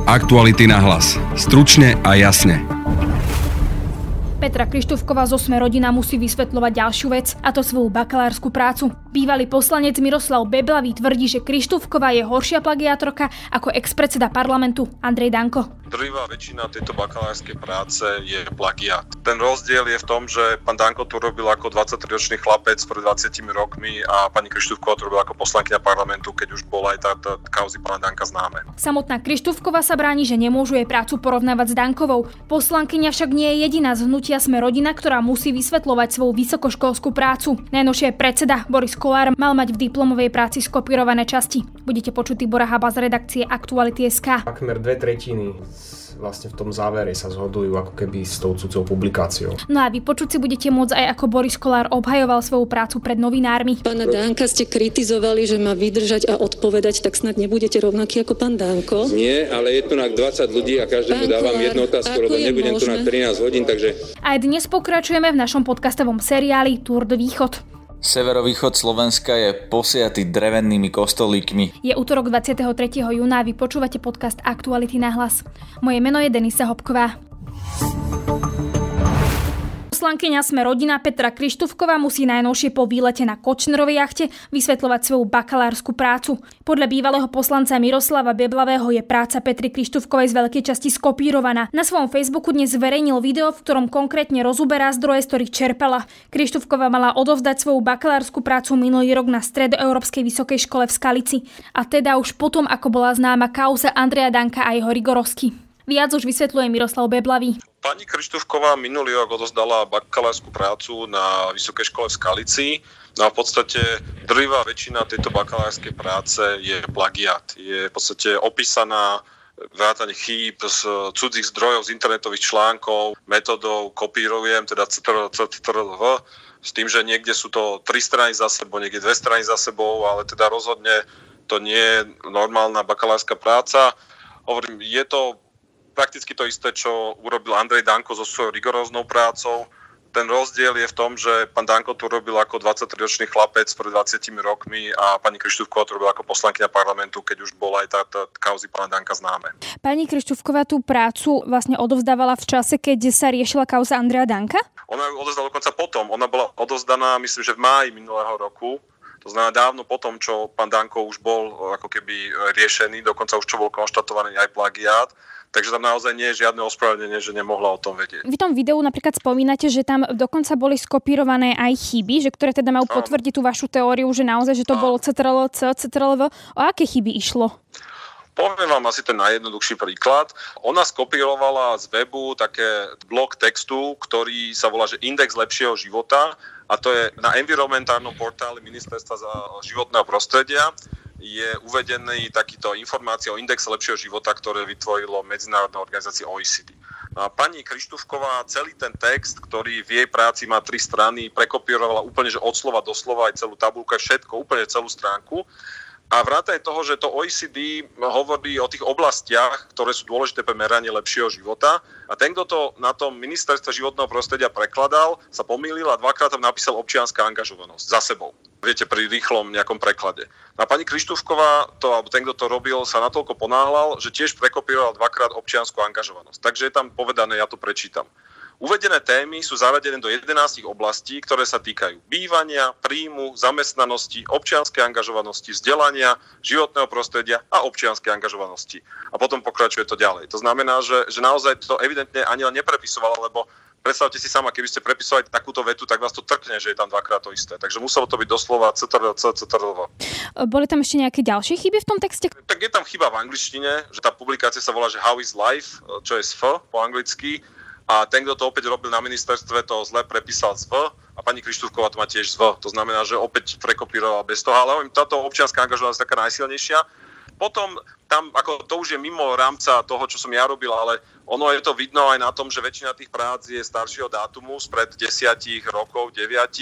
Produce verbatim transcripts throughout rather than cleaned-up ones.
Aktuality na hlas. Stručne a jasne. Petra Krištofková zo Sme rodina musí vysvetľovať ďalšiu vec, a to svoju bakalársku prácu. Bývalý poslanec Miroslav Beblavý tvrdí, že Krištofková je horšia plagiátorka ako ex-predseda parlamentu Andrej Danko. Drvivá väčšina tejto bakalárskej práce je plagiát. Ten rozdiel je v tom, že pán Danko to robil ako dvadsaťtriročný chlapec pred dvadsiatimi rokmi a pani Krištofková to robila ako poslankyňa parlamentu, keď už bola aj tá, tá kauzy pána Danka známe. Samotná Krištofková sa bráni, že nemôžu jej prácu porovnávať s Dankovou. Poslankyňa však nie je jediná z hnutia Sme rodina, ktorá musí vysvetľovať svoju vysokoškolskú prácu. Najnovšie predseda Boris Kollár mal mať v diplomovej práci skopírované časti. Budete počuť Tibora Haba z redakcie Aktuality bodka es ká. Takmer dve tretiny vlastne v tom závere sa zhodujú ako keby s tou cudzou publikáciou. No a vypočuť si budete môcť aj ako Boris Kollár obhajoval svoju prácu pred novinármi. Pána Danka ste kritizovali, že má vydržať a odpovedať, tak snad nebudete rovnaký ako pán Danko? Nie, ale je tu na dvadsať ľudí a každému pán dávam Kollár, jednu otázku, lebo nebudem možné? Tu na trinásť hodín, takže... Aj dnes pokračujeme v našom podcastovom seriáli Tour de Východ. Severovýchod Slovenska je posiatý drevennými kostolíkmi. Je utorok dvadsiateho tretieho júna a vy počúvate podcast Aktuality na hlas. Moje meno je Denisa Hopková. Poslankyňa Sme rodina Petra Krištofková musí najnovšie po výlete na Kočnerovej jachte vysvetľovať svoju bakalársku prácu. Podľa bývalého poslanca Miroslava Beblavého je práca Petry Krištofkovej z veľkej časti skopírovaná. Na svojom Facebooku dnes zverejnil video, v ktorom konkrétne rozoberá zdroje, z ktorých čerpala. Krištofková mala odovzdať svoju bakalársku prácu minulý rok na Stredoeurópskej vysokej škole v Skalici. A teda už potom, ako bola známa kauza Andreja Danka a jeho rigorovky. Viac už vysvetľuje Miroslav Beblavý. Pani Krištofková minulý rok odozdala bakalárskú prácu na Vysokej škole v Skalici. No a v podstate drvivá väčšina tejto bakalárskej práce je plagiát. Je v podstate opísaná vrátane chýb z cudzích zdrojov, z internetových článkov, metodou kopírujem, teda ctrl, ctrl, s tým, že niekde sú to tri strany za sebou, niekde dve strany za sebou, ale teda rozhodne to nie je normálna bakalárska práca. Hovorím, je to prakticky to isté, čo urobil Andrej Danko so svojou rigoróznou prácou. Ten rozdiel je v tom, že pán Danko to robil ako dvadsaťtriročný chlapec pred dvadsiatimi rokmi a pani Krištofková to robila ako poslankyňa parlamentu, keď už bola aj tá, tá kauzy pána Danka známe. Pani Krištofková tú prácu vlastne odovzdávala v čase, keď sa riešila kauza Andreja Danka? Ona ju odovzdala dokonca potom. Ona bola odovzdaná, myslím, že v máji minulého roku. To znamená dávno potom, čo pán Danko už bol ako keby riešený, dokonca už čo bol konštatovaný aj plagiát. Takže tam naozaj nie je žiadne ospravedlnenie, že nemohla o tom vedieť. Vy v tom videu napríklad spomínate, že tam dokonca boli skopírované aj chyby, že ktoré teda majú potvrdiť tú vašu teóriu, že naozaj, že to bolo cé té er el cé, cé té er el vé. O aké chyby išlo? Poviem vám asi ten najjednoduchší príklad. Ona skopírovala z webu také blok textu, ktorý sa volá, že Index lepšieho života, a to je na environmentálnom portáli Ministerstva za životného prostredia. Je uvedený takýto informácia o indexe lepšieho života, ktoré vytvorilo medzinárodná organizácia ó é cé dé. A pani Krištofková celý ten text, ktorý v jej práci má tri strany, prekopírovala úplne že od slova do slova, aj celú tabuľku, všetko, úplne celú stránku. A vrátane toho, že to ó é cé dé hovorí o tých oblastiach, ktoré sú dôležité pre meranie lepšieho života. A ten, kto to na tom ministerstve životného prostredia prekladal, sa pomýlil a dvakrát tam napísal občianska angažovanosť za sebou. Viete, pri rýchlom nejakom preklade. A pani Krištofková, to, alebo ten, kto to robil, sa natoľko ponáhľal, že tiež prekopíroval dvakrát občiansku angažovanosť. Takže je tam povedané, ja to prečítam. Uvedené témy sú zaradené do jedenástich oblastí, ktoré sa týkajú bývania, príjmu, zamestnanosti, občianskej angažovanosti, vzdelania, životného prostredia a občianskej angažovanosti. A potom pokračuje to ďalej. To znamená, že, že naozaj to evidentne ani len neprepisovala, lebo predstavte si sama, keby ste prepisovali takúto vetu, tak vás to trkne, že je tam dvakrát to isté. Takže muselo to byť doslova cé té er el cé, cé té er el vé. Boli tam ešte nejaké ďalšie chyby v tom texte? Tak je tam chyba v angličtine, že tá publikácia sa volá, že How is life, čo je es ef po anglicky. A ten, kto to opäť robil na ministerstve, to zle prepísal z V a pani Krištofková to má tiež z V. To znamená, že opäť prekopíroval bez toho. Ale táto občianská angažovanosť je taká najsilnejšia. Potom tam, ako to už je mimo rámca toho, čo som ja robil, ale ono je to vidno aj na tom, že väčšina tých prác je staršieho dátumu, spred desiatich rokov, deviatich.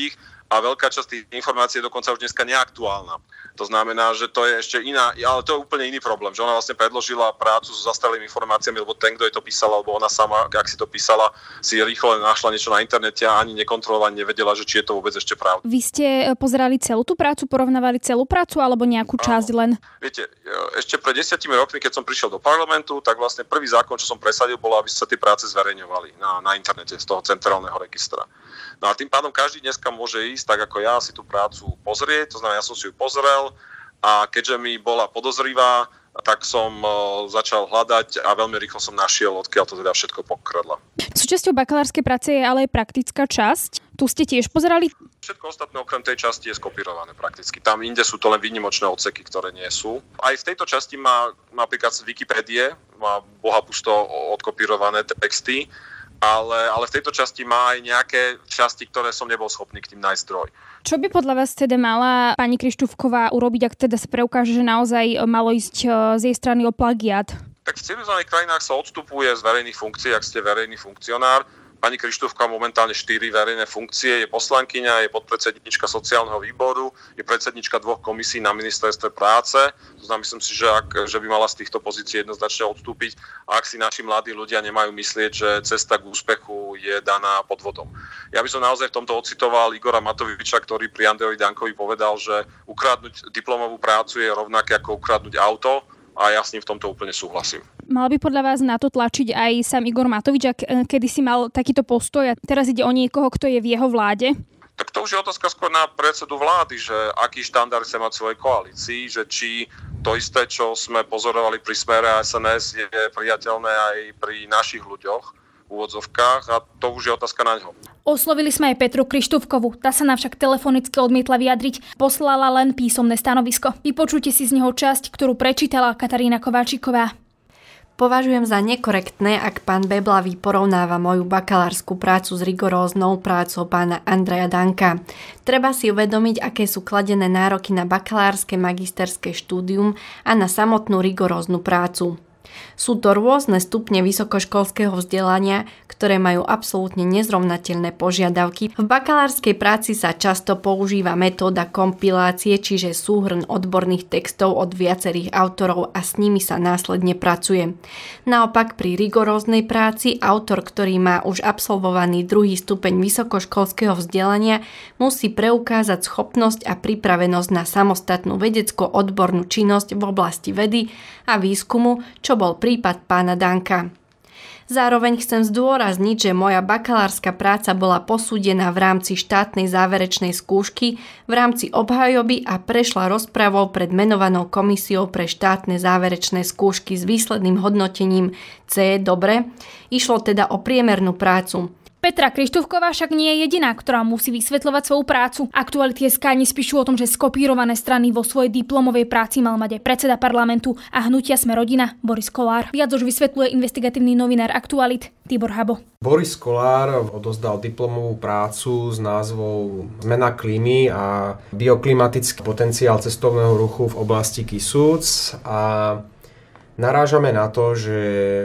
a veľká časť tých informácií je dokonca už dneska neaktuálna. To znamená, že to je ešte iná, ale to je úplne iný problém, že ona vlastne predložila prácu so zastaralými informáciami, lebo ten, kto jej to písal, alebo ona sama, ak si to písala, si rýchlo našla niečo na internete a ani nekontrolovane nevedela, že či je to vôbec ešte pravda. Vy ste pozerali celú tú prácu, porovnávali celú prácu alebo nejakú časť len? Viete, ešte pred desiatimi rokmi, keď som prišiel do parlamentu, tak vlastne prvý zákon, čo som presadil, bolo, aby sa tie práce zverejňovali na, na internete z toho centrálneho registra. No a tým pádom každý dneska môže ísť, tak ako ja, si tú prácu pozrieť, to znamená, ja som si ju pozrel a keďže mi bola podozrivá, tak som uh, začal hľadať a veľmi rýchlo som našiel, odkiaľ to teda všetko pokradla. Súčasťou bakalárskej práce je ale aj praktická časť. Tu ste tiež pozerali? Všetko ostatné okrem tej časti je skopírované prakticky. Tam inde sú to len výnimočné odseky, ktoré nie sú. Aj v tejto časti má napríklad z Wikipédie, má bohapusto odkopírované texty, Ale, ale v tejto časti má aj nejaké časti, ktoré som nebol schopný k tým nájsť zdroj. Čo by podľa vás teda mala pani Krištúfková urobiť, ak teda sa preukáže, že naozaj malo ísť z jej strany o plagiát? Tak v civilizovaných krajinách sa odstupuje z verejných funkcií, ak ste verejný funkcionár. Pani Krištúfka momentálne štyri verejné funkcie, je poslankyňa, je podpredsednička sociálneho výboru, je predsednička dvoch komisí na ministerstve práce. To znamená, myslím si, že, ak, že by mala z týchto pozícií jednoznačne odstúpiť. A ak si naši mladí ľudia nemajú myslieť, že cesta k úspechu je daná podvodom. Ja by som naozaj v tomto ocitoval Igora Matoviča, ktorý pri Andrejovi Dankovi povedal, že ukradnúť diplomovú prácu je rovnaké ako ukradnúť auto. A ja s ním v tomto úplne súhlasím. Mal by podľa vás na to tlačiť aj sám Igor Matovič, kedy si mal takýto postoj a teraz ide o niekoho, kto je v jeho vláde? Tak to už je otázka skôr na predsedu vlády, že aký štandard chce mať v svojej koalícii, že či to isté, čo sme pozorovali pri Smere a es en es, je priateľné aj pri našich ľuďoch v úvodzovkách a to už je otázka na ňo. Oslovili sme aj Petru Krištúfkovú, tá sa nám však telefonicky odmietla vyjadriť, poslala len písomné stanovisko. Vypočujte si z neho časť, ktorú prečítala Katarína Kováčiková. Považujem za nekorektné, ak pán Beblavý porovnáva moju bakalárskú prácu s rigoróznou prácou pána Andreja Danka. Treba si uvedomiť, aké sú kladené nároky na bakalárske magisterské štúdium a na samotnú rigoróznu prácu. Sú to rôzne stupne vysokoškolského vzdelania, ktoré majú absolútne nezrovnateľné požiadavky. V bakalárskej práci sa často používa metóda kompilácie, čiže súhrn odborných textov od viacerých autorov a s nimi sa následne pracuje. Naopak pri rigoróznej práci autor, ktorý má už absolvovaný druhý stupeň vysokoškolského vzdelania, musí preukázať schopnosť a pripravenosť na samostatnú vedecko-odbornú činnosť v oblasti vedy a výskumu, čo bol prípad pána Danka. Zároveň chcem zdôrazniť, že moja bakalárska práca bola posúdená v rámci štátnej záverečnej skúšky, v rámci obhajoby a prešla rozpravou pred menovanou komisiou pre štátne záverečné skúšky s výsledným hodnotením C. Dobre. Išlo teda o priemernú prácu. Petra Krištúfková však nie je jediná, ktorá musí vysvetľovať svoju prácu. Aktuality bodka es ká nespíšu o tom, že skopírované strany vo svojej diplomovej práci mal mať aj predseda parlamentu a hnutia Sme rodina Boris Kollár. Viac už vysvetľuje investigatívny novinár Aktualit Tibor Habo. Boris Kollár odozdal diplomovú prácu s názvom Zmena klímy a bioklimatický potenciál cestovného ruchu v oblasti Kisúc a narážame na to, že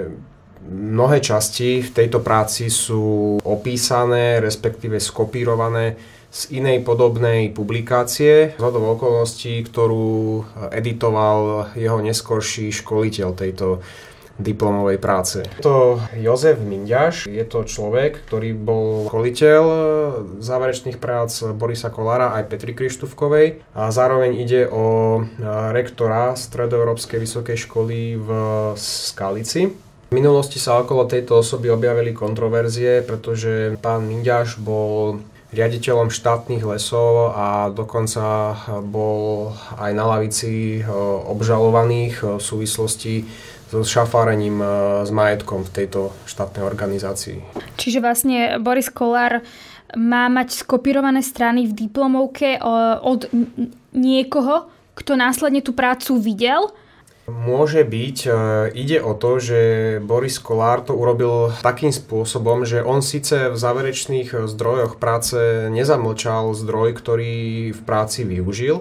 mnohé časti v tejto práci sú opísané, respektíve skopírované z inej podobnej publikácie, zhodou okolností, ktorú editoval jeho neskorší školiteľ tejto diplomovej práce. Je to Jozef Minďaš, je to človek, ktorý bol školiteľ záverečných prác Borisa Kollára aj Petry Krištúfkovej a zároveň ide o rektora Stredoeurópskej vysokej školy v Skalici. V minulosti sa okolo tejto osoby objavili kontroverzie, pretože pán Minďaš bol riaditeľom štátnych lesov a dokonca bol aj na lavici obžalovaných v súvislosti so šafárením s majetkom v tejto štátnej organizácii. Čiže vlastne Boris Kollár má mať skopírované strany v diplomovke od niekoho, kto následne tú prácu videl? Môže byť. Ide o to, že Boris Kollár to urobil takým spôsobom, že on síce v záverečných zdrojoch práce nezamlčal zdroj, ktorý v práci využil,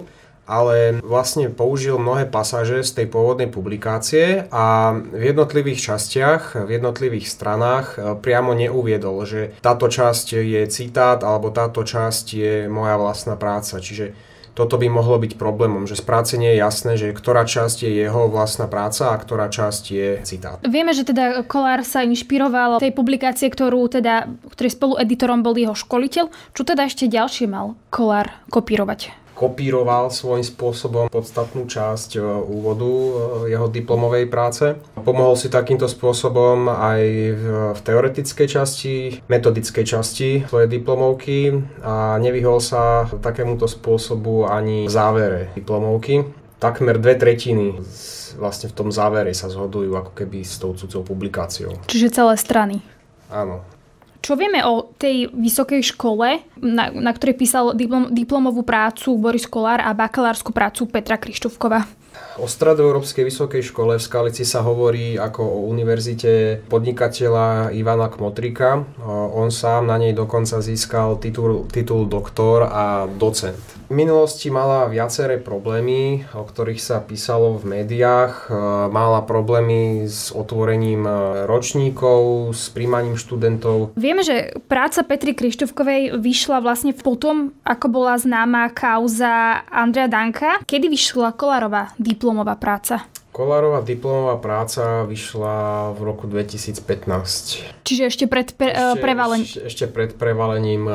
ale vlastne použil mnohé pasáže z tej pôvodnej publikácie a v jednotlivých častiach, v jednotlivých stranách priamo neuviedol, že táto časť je citát alebo táto časť je moja vlastná práca. Čiže toto by mohlo byť problémom, že z práce nie je jasné, že ktorá časť je jeho vlastná práca a ktorá časť je citát. Vieme, že teda Kollár sa inšpiroval tej publikácie, ktorú teda, ktorej spolueditorom bol jeho školiteľ. Čo teda ešte ďalšie mal Kollár kopírovať? Kopíroval svojím spôsobom podstatnú časť úvodu jeho diplomovej práce. Pomohol si takýmto spôsobom aj v teoretickej časti, metodickej časti svojej diplomovky a nevyhol sa takémuto spôsobu ani v závere diplomovky. Takmer dve tretiny vlastne v tom závere sa zhodujú ako keby s tou cudzou publikáciou. Čiže celé strany. Áno. Čo vieme o tej vysokej škole, na, na ktorej písal diplom, diplomovú prácu Boris Kollár a bakalársku prácu Petra Krištúfková? O Stredoeurópskej vysokej škole v Skalici sa hovorí ako o univerzite podnikateľa Ivana Kmotríka. On sám na nej dokonca získal titul, titul doktor a docent. V minulosti mala viaceré problémy, o ktorých sa písalo v médiách. Mala problémy s otvorením ročníkov, s príjmaním študentov. Vieme, že práca Petry Krištúfkovej vyšla vlastne potom, ako bola známa kauza Andreja Danka. Kedy vyšla Kollárova diplomová práca? Kollárova diplomová práca vyšla v roku dvetisícpätnásť. Čiže ešte pred pre, ešte, prevalením. Ešte, ešte pred prevalením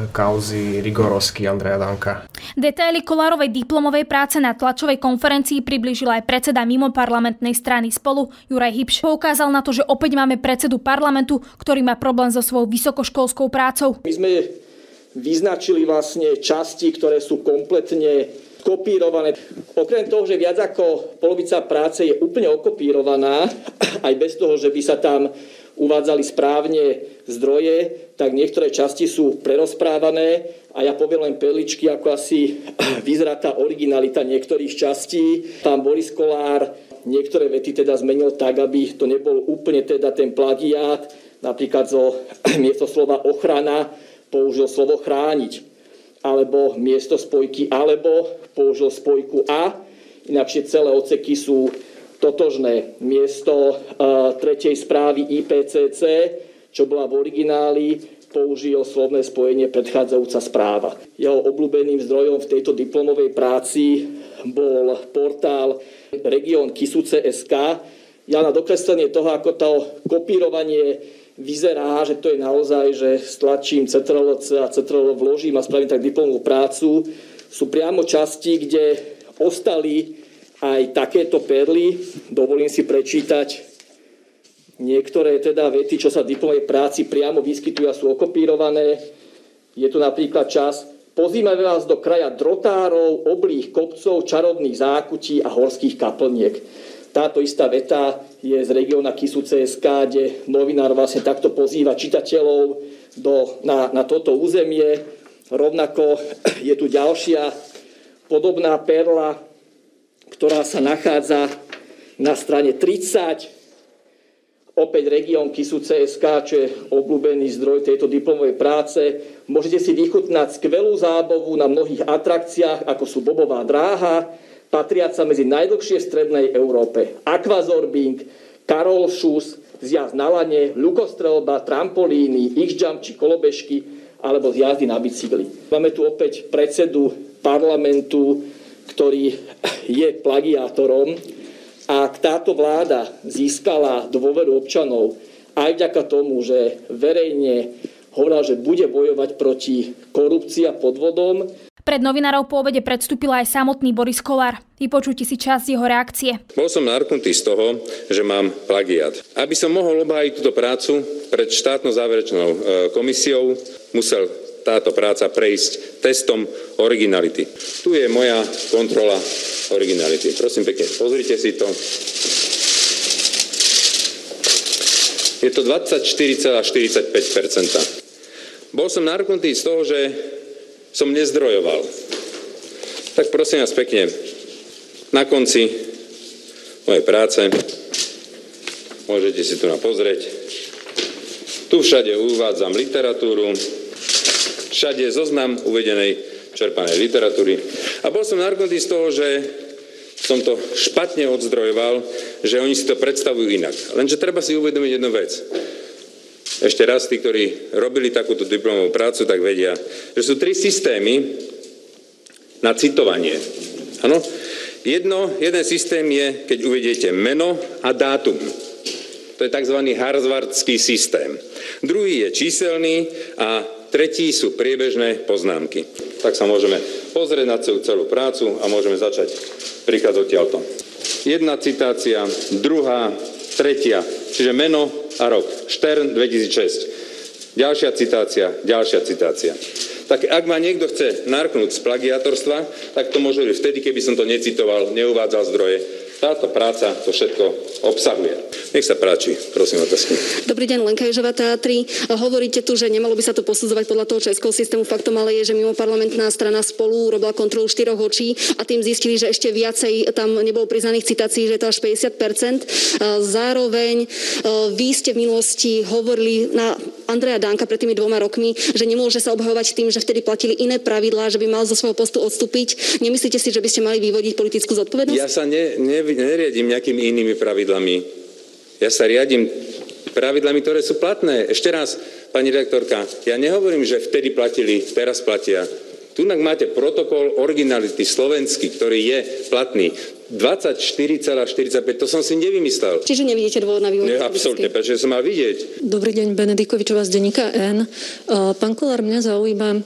kauzy Rigorovský Andreja Danka. Detaily Kollárovej diplomovej práce na tlačovej konferencii priblížil aj predseda mimoparlamentnej strany Spolu Juraj Hybš. Poukázal na to, že opäť máme predsedu parlamentu, ktorý má problém so svojou vysokoškolskou prácou. My sme vyznačili vlastne časti, ktoré sú kompletne kopírované. Okrem toho, že viac ako polovica práce je úplne okopírovaná, aj bez toho, že by sa tam uvádzali správne zdroje, tak niektoré časti sú prerozprávané a ja poviem len perličky, ako asi vyzerá tá originalita niektorých častí. Pán Boris Kollár niektoré vety teda zmenil tak, aby to nebol úplne teda ten plagiát. Napríklad zo miesto slova ochrana použil slovo chrániť. Alebo miesto spojky alebo použil spojku a. Inakšie celé odseky sú totožné. Miesto uh, tretej správy í pé cé cé, čo bola v origináli, použil slovné spojenie predchádzajúca správa. Jeho obľúbeným zdrojom v tejto diplomovej práci bol portál Region Kysuce bodka es ká. Ja na dokreslenie toho, ako to kopírovanie vyzerá, že to je naozaj, že stlačím ctrl C a ctrl vložím a spravím tak diplomovú prácu. Sú priamo časti, kde ostali aj takéto perly. Dovolím si prečítať niektoré teda vety, čo sa v diplomovej práci priamo vyskytujú a sú okopírované. Je tu napríklad čas: pozývame vás do kraja drotárov, oblých kopcov, čarovných zákutí a horských kaplniek. Táto istá veta je z regióna Kysuce bodka es ká, kde novinár vlastne takto pozýva čitateľov do, na, na toto územie. Rovnako je tu ďalšia podobná perla, ktorá sa nachádza na strane tridsať. Opäť región Kysuce bodka es ká, čo je obľúbený zdroj tejto diplomovej práce. Môžete si vychutnať skvelú zábavu na mnohých atrakciách, ako sú bobová dráha, patriaca medzi najdlhšie v strednej Európe, aquazorbing, Karol Šus, zjazd na lane, ľukostrelba, trampolíny, x-jump či kolobežky alebo zjazdy na bicykli. Máme tu opäť predsedu parlamentu, ktorý je plagiátorom. Ak táto vláda získala dôveru občanov aj vďaka tomu, že verejne hovorila, že bude bojovať proti korupcii a podvodom. Pred novinárov po obede predstúpil aj samotný Boris Kollár. Vypočujte si časť jeho reakcie. Bol som narknutý z toho, že mám plagiát. Aby som mohol obhájiť túto prácu pred štátnou záverečnou komisiou, musel táto práca prejsť testom originality. Tu je moja kontrola originality. Prosím pekne, pozrite si to. Je to dvadsaťštyri celá štyridsaťpäť percent. Bol som narknutý z toho, že som nezdrojoval. Tak prosím vás pekne, na konci mojej práce môžete si tu na pozrieť. Tu všade uvádzam literatúru, všade je zoznam uvedenej čerpanej literatúry. A bol som narknutý z toho, že som to špatne odzdrojoval, že oni si to predstavujú inak. Lenže treba si uvedomiť jednu vec. Ešte raz, tí, ktorí robili takúto diplomovú prácu, tak vedia, že sú tri systémy na citovanie. Áno? Jedno, jeden systém je, keď uvediete meno a dátum. To je tzv. Harvardský systém. Druhý je číselný a tretí sú priebežné poznámky. Tak sa môžeme pozrieť na celú, celú prácu a môžeme začať príklad odtiaľto. Jedna citácia, druhá, tretia, čiže meno a rok. Štern dvetisícšesť. Ďalšia citácia, ďalšia citácia. Tak ak ma niekto chce narknúť z plagiátorstva, tak to môže byť vtedy, keby som to necitoval, neuvádzal zdroje. Táto práca to všetko obsahuje. Nech sa páči, prosím otázky. Dobrý deň, Lenka Ježová, Teatry. Hovoríte tu, že nemalo by sa to posudzovať podľa toho českého systému. Faktom ale je, že mimo parlamentná strana Spolu robila kontrolu štyroch očí a tým zistili, že ešte viacej tam nebolo priznaných citácií, že to až päťdesiat percent. Zároveň vy ste v minulosti hovorili na Andreja Danka pred tými dvoma rokmi, že nemôže sa obhajovať tým, že vtedy platili iné pravidlá, že by mal zo svojho postu odstúpiť. Nemyslíte si, že by ste mali vyvodiť politickú zodpovednosť? Ja sa ne, ne, neriadím nejakými inými pravidlami. Ja sa riadím pravidlami, ktoré sú platné. Ešte raz, pani redaktorka, ja nehovorím, že vtedy platili, teraz platia. Tunak máte protokol originality slovenský, ktorý je platný. dvadsaťštyri celá štyridsaťpäť, to som si nevymyslel. Čiže nevidíte dôvod na vývoj? Nie, absolútne, prečo som mal vidieť. Dobrý deň, Benedikovičová z denníka N. Pán Kollár, mňa zaujíma,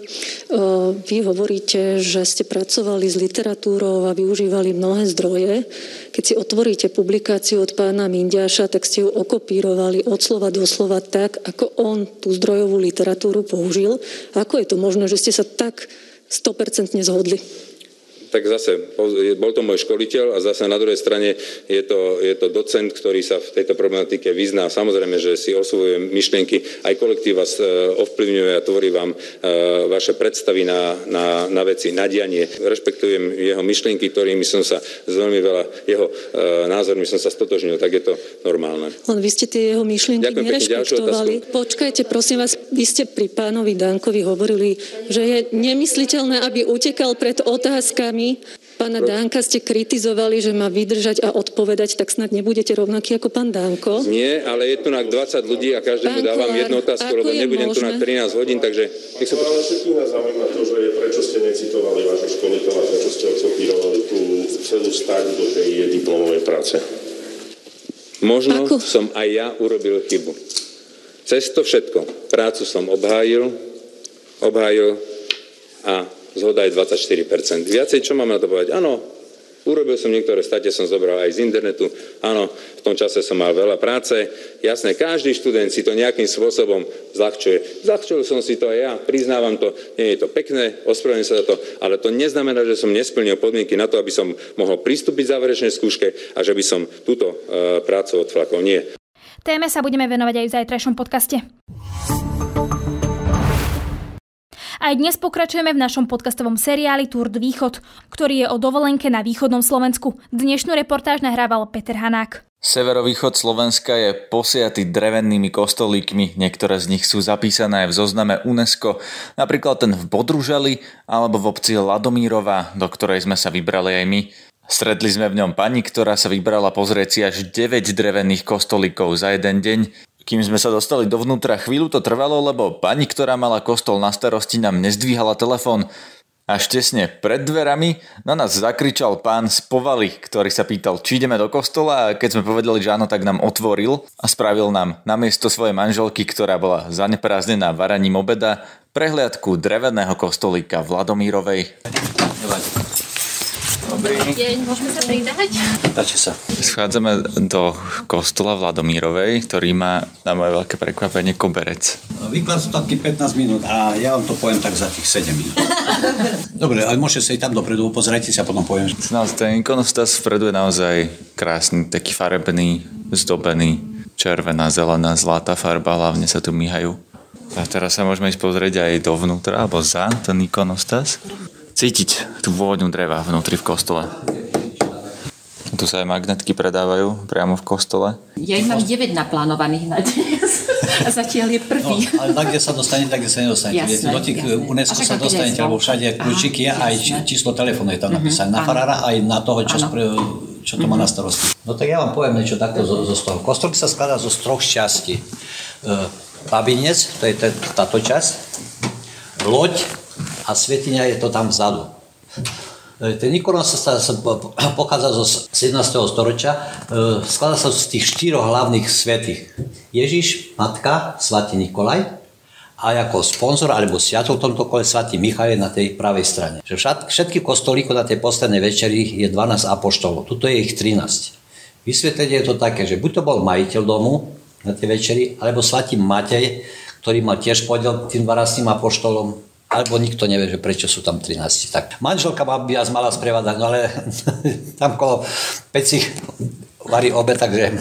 vy hovoríte, že ste pracovali s literatúrou a využívali mnohé zdroje. Keď si otvoríte publikáciu od pána Mindiáša, tak ste ju okopírovali od slova do slova tak, ako on tú zdrojovú literatúru použil. Ako je to možné, že ste sa tak sto percent zhodli? Tak zase, bol to môj školiteľ a zase na druhej strane je to, je to docent, ktorý sa v tejto problematike vyzná. Samozrejme, že si osvojuje myšlienky, aj kolektív vás ovplyvňuje a tvorí vám vaše predstavy na, na, na veci, na dianie. Rešpektujem jeho myšlienky, ktorými som sa z veľmi veľa, jeho názormi som sa stotožnil, tak je to normálne. Len vy ste tie jeho myšlienky Ďakujem, nerešpektovali. Počkajte, prosím vás, vy ste pri pánovi Dankovi hovorili, že je nemysliteľné, aby utekal pred otázkami. Pána Danka ste kritizovali, že má vydržať a odpovedať, tak snad nebudete rovnaký ako pán Danko? Nie, ale je tu na dvadsať ľudí a každému dávam jednu otázku, lebo nebudem možné? Tu na trinásť hodín, takže... No, ale všetkých nás zaujíma to, že prečo ste necitovali vášho školiteľa, prečo ste odkopírovali tú celú stať do tej diplomovej práce. Možno ako? Som aj ja urobil chybu. Cez to všetko. Prácu som obhájil, obhájil a zhoda je dvadsaťštyri percent. Viacej, čo mám na to povedať? Áno, urobil som niektoré state, som zobral aj z internetu. Áno, v tom čase som mal veľa práce. Jasné, každý študent si to nejakým spôsobom zľahčuje. Zľahčil som si to aj ja, priznávam to. Nie je to pekné, ospravedlňujem sa za to, ale to neznamená, že som nesplnil podmienky na to, aby som mohol pristúpiť záverečnej skúške a že by som túto uh, prácu odflakol. Nie. Téme sa budeme venovať aj v zajtrajšom podcaste. Aj dnes pokračujeme v našom podcastovom seriáli Tour de Východ, ktorý je o dovolenke na východnom Slovensku. Dnešnú reportáž nahrával Peter Hanák. Severovýchod Slovenska je posiatý drevennými kostolíkmi, niektoré z nich sú zapísané aj v zozname UNESCO, napríklad ten v Bodružali alebo v obci Ladomírova, do ktorej sme sa vybrali aj my. Stretli sme v ňom pani, ktorá sa vybrala pozrieť si až deväť drevených kostolíkov za jeden deň. Kým sme sa dostali dovnútra, chvíľu to trvalo, lebo pani, ktorá mala kostol na starosti, nám nezdvíhala telefón. Až tesne pred dverami na nás zakričal pán z Povaly, ktorý sa pýtal, či ideme do kostola, a keď sme povedali, že áno, tak nám otvoril a spravil nám namiesto svojej manželky, ktorá bola zaneprázdnená varaním obeda, prehliadku dreveného kostolíka v Ladomírovej. Dobrý deň, môžeme sa pridať? Páči sa. Schádzame do kostola v Ladomírovej, ktorý má na moje veľké prekvapenie koberec. Výklad sú taký pätnásť minút a ja vám to poviem tak za tých sedem minút. Dobre, ale môžete sa ísť tam dopredu, pozrite sa, potom poviem. No, ten ikonostas vpredu je naozaj krásny, taký farebný, zdobený, červená, zelená, zlatá farba, hlavne sa tu míhajú. A teraz sa môžeme ísť pozrieť aj dovnútra, alebo za ten ikonostas. Cítiť tú vôňu dreva vnútri v kostole. Tu sa aj magnetky predávajú priamo v kostole. Ja ich mám deväť naplánovaných na dnes. A zatiaľ je prvý. No, ale tak, kde sa dostanete, tak, kde sa nedostanete. Jasné, do tých jasné. UNESCO sa dostanete, lebo všade kľúčiky je, aj číslo telefónu je tam napísané. Na farára, aj na toho, čo, spre, čo to má na starosti. No tak ja vám poviem niečo takto zo, zo toho. Kostol sa skladá zo troch častí. Babinec, to je táto časť, loď a svätyňa je to tam vzadu. Ten ikonos sa, sa pochádza zo sedemnásteho storočia, skladá sa z tých štyroch hlavných svätých. Ježiš, Matka, svätý Nikolaj a ako sponzor alebo sviatok v tomto kole svätý Michal na tej pravej strane. Všetky kostolíky na tej poslednej večeri je dvanásť apoštolov, tuto je ich trinásť. Vysvetlenie je to také, že buď to bol majiteľ domu na tej večeri, alebo svätý Matej, ktorý mal tiež podiel tým dvanástym apoštolom, alebo nikto nevie, že prečo sú tam trinásť. Tak manželka by vás mala sprevádať, no ale tam kolo peci varí obe, takže...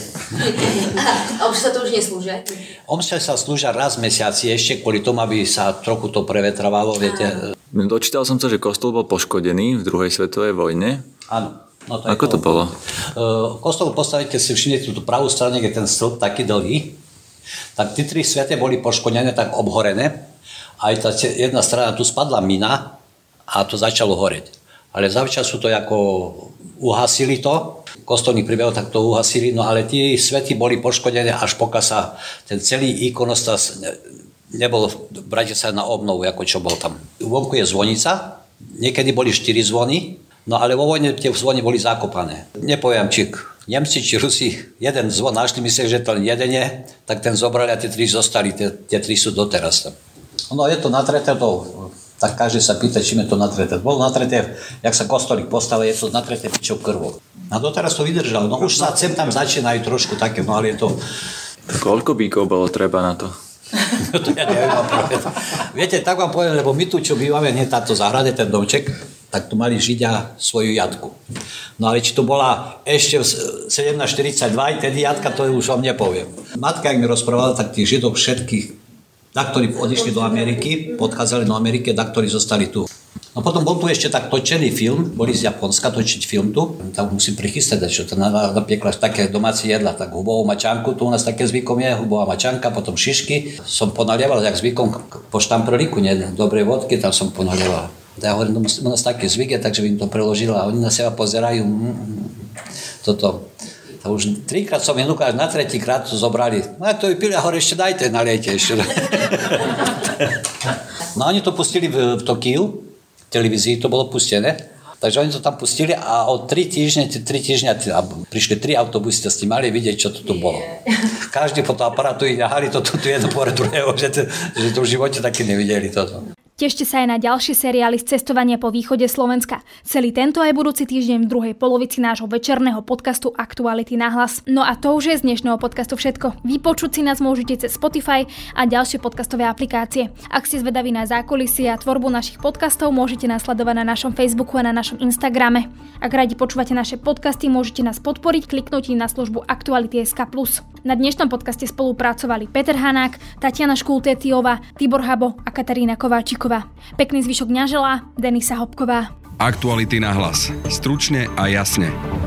A už sa to už neslúžia? Omša sa slúžia raz v mesiaci, ešte kvôli tomu, aby sa trochu to prevetrovalo, viete. Dočítal som sa, že kostol bol poškodený v druhej svetovej vojne. Áno. No to Ako to bolo? Kostol postavíte si všimnete tú pravú stranu, kde je ten stĺp taký dlhý, tak tie tri sväté boli poškodené, tak obhorené. Aj tá jedna strana tu spadla mina a to začalo horeť. Ale zavčasu to ako uhasili to, kostolný príbeh tak to uhasili, no ale tí svety boli poškodené, až pokiaľ sa ten celý ikonostas nebol brať sa na obnovu, ako čo bol tam. Vonku je zvonica, niekedy boli štyri zvony, no ale vo vojne tie zvony boli zakopané. Nepoviem, či Nemci či Rusi jeden zvon našli, myslím, že to len jeden je, tak ten zobrali a tie tri zostali, tie, tie tri sú doteraz tam. No je to natreté, to, tak každý sa pýta, čím je to natreté. Bolo natreté, jak sa kostolík postavil, je to natreté pičou krvou. A doteraz to vydržalo. No už sa sem tam začínajú trošku také, no ale je to... Koľko bíkov bolo treba na to? To ja neviem vám povedať. Viete, tak vám poviem, lebo my tu, čo bývame, nie táto záhrade, ten domček, tak tu mali Židia svoju jatku. No ale či to bola ešte v sedemnásť štyridsaťdva, tedy jatka, to už vám nepoviem. Matka, ak mi rozprávala, tak tých Židov všetkých, ktorí odišli do Ameriky, podchádzali do Ameriky, ktorí zostali tu. No potom bol tu ešte tak točený film, boli z Japonska točiť film tu, tam musím prichystať, čo to napiekla také domáce jedla, tak hubovú mačanku, tu u nás také zvykom je, hubová mačanka, potom šišky, som ponalieval, jak zvykom po štamprlíku, nie, dobrej vodky, tam som ponalieval. Ja hovorím, u nás také zvyk je, takže by im to preložila a oni na seba pozerajú, mm, toto. A už trikrát som jednoducho, až na tretíkrát to zobrali. No ak to vypili, a hore ešte dajte, naliejte ešte. No oni to pustili v, v Tokiu, v televízii to bolo pustené. Takže oni to tam pustili a o tri týždne, tri týždňa prišli tri autobusy, s tým mali vidieť, čo to tu bolo. Každý fotoaparátu i ňahali to tu jedno pore druhého, že to, že to v živote taky nevideli toto. Tešte sa aj na ďalšie seriály z cestovania po východe Slovenska. Celý tento aj budúci týždeň v druhej polovici nášho večerného podcastu Aktuality na hlas. No a to už je z dnešného podcastu všetko. Vypočuť si nás môžete cez Spotify a ďalšie podcastové aplikácie. Ak ste zvedaví na zákulisie a tvorbu našich podcastov, môžete nás sledovať na našom Facebooku a na našom Instagrame. Ak radi počúvate naše podcasty, môžete nás podporiť kliknutím na službu Aktuality bodka es ká plus. Na dnešnom podcaste spolupracovali Peter Hanák, Tatiana Škultétiová, Tibor Habo a Katarína Kováčiková. Pekný zvyšok dňa želá Denisa Hopková. Aktuality na hlas. Stručne a jasne.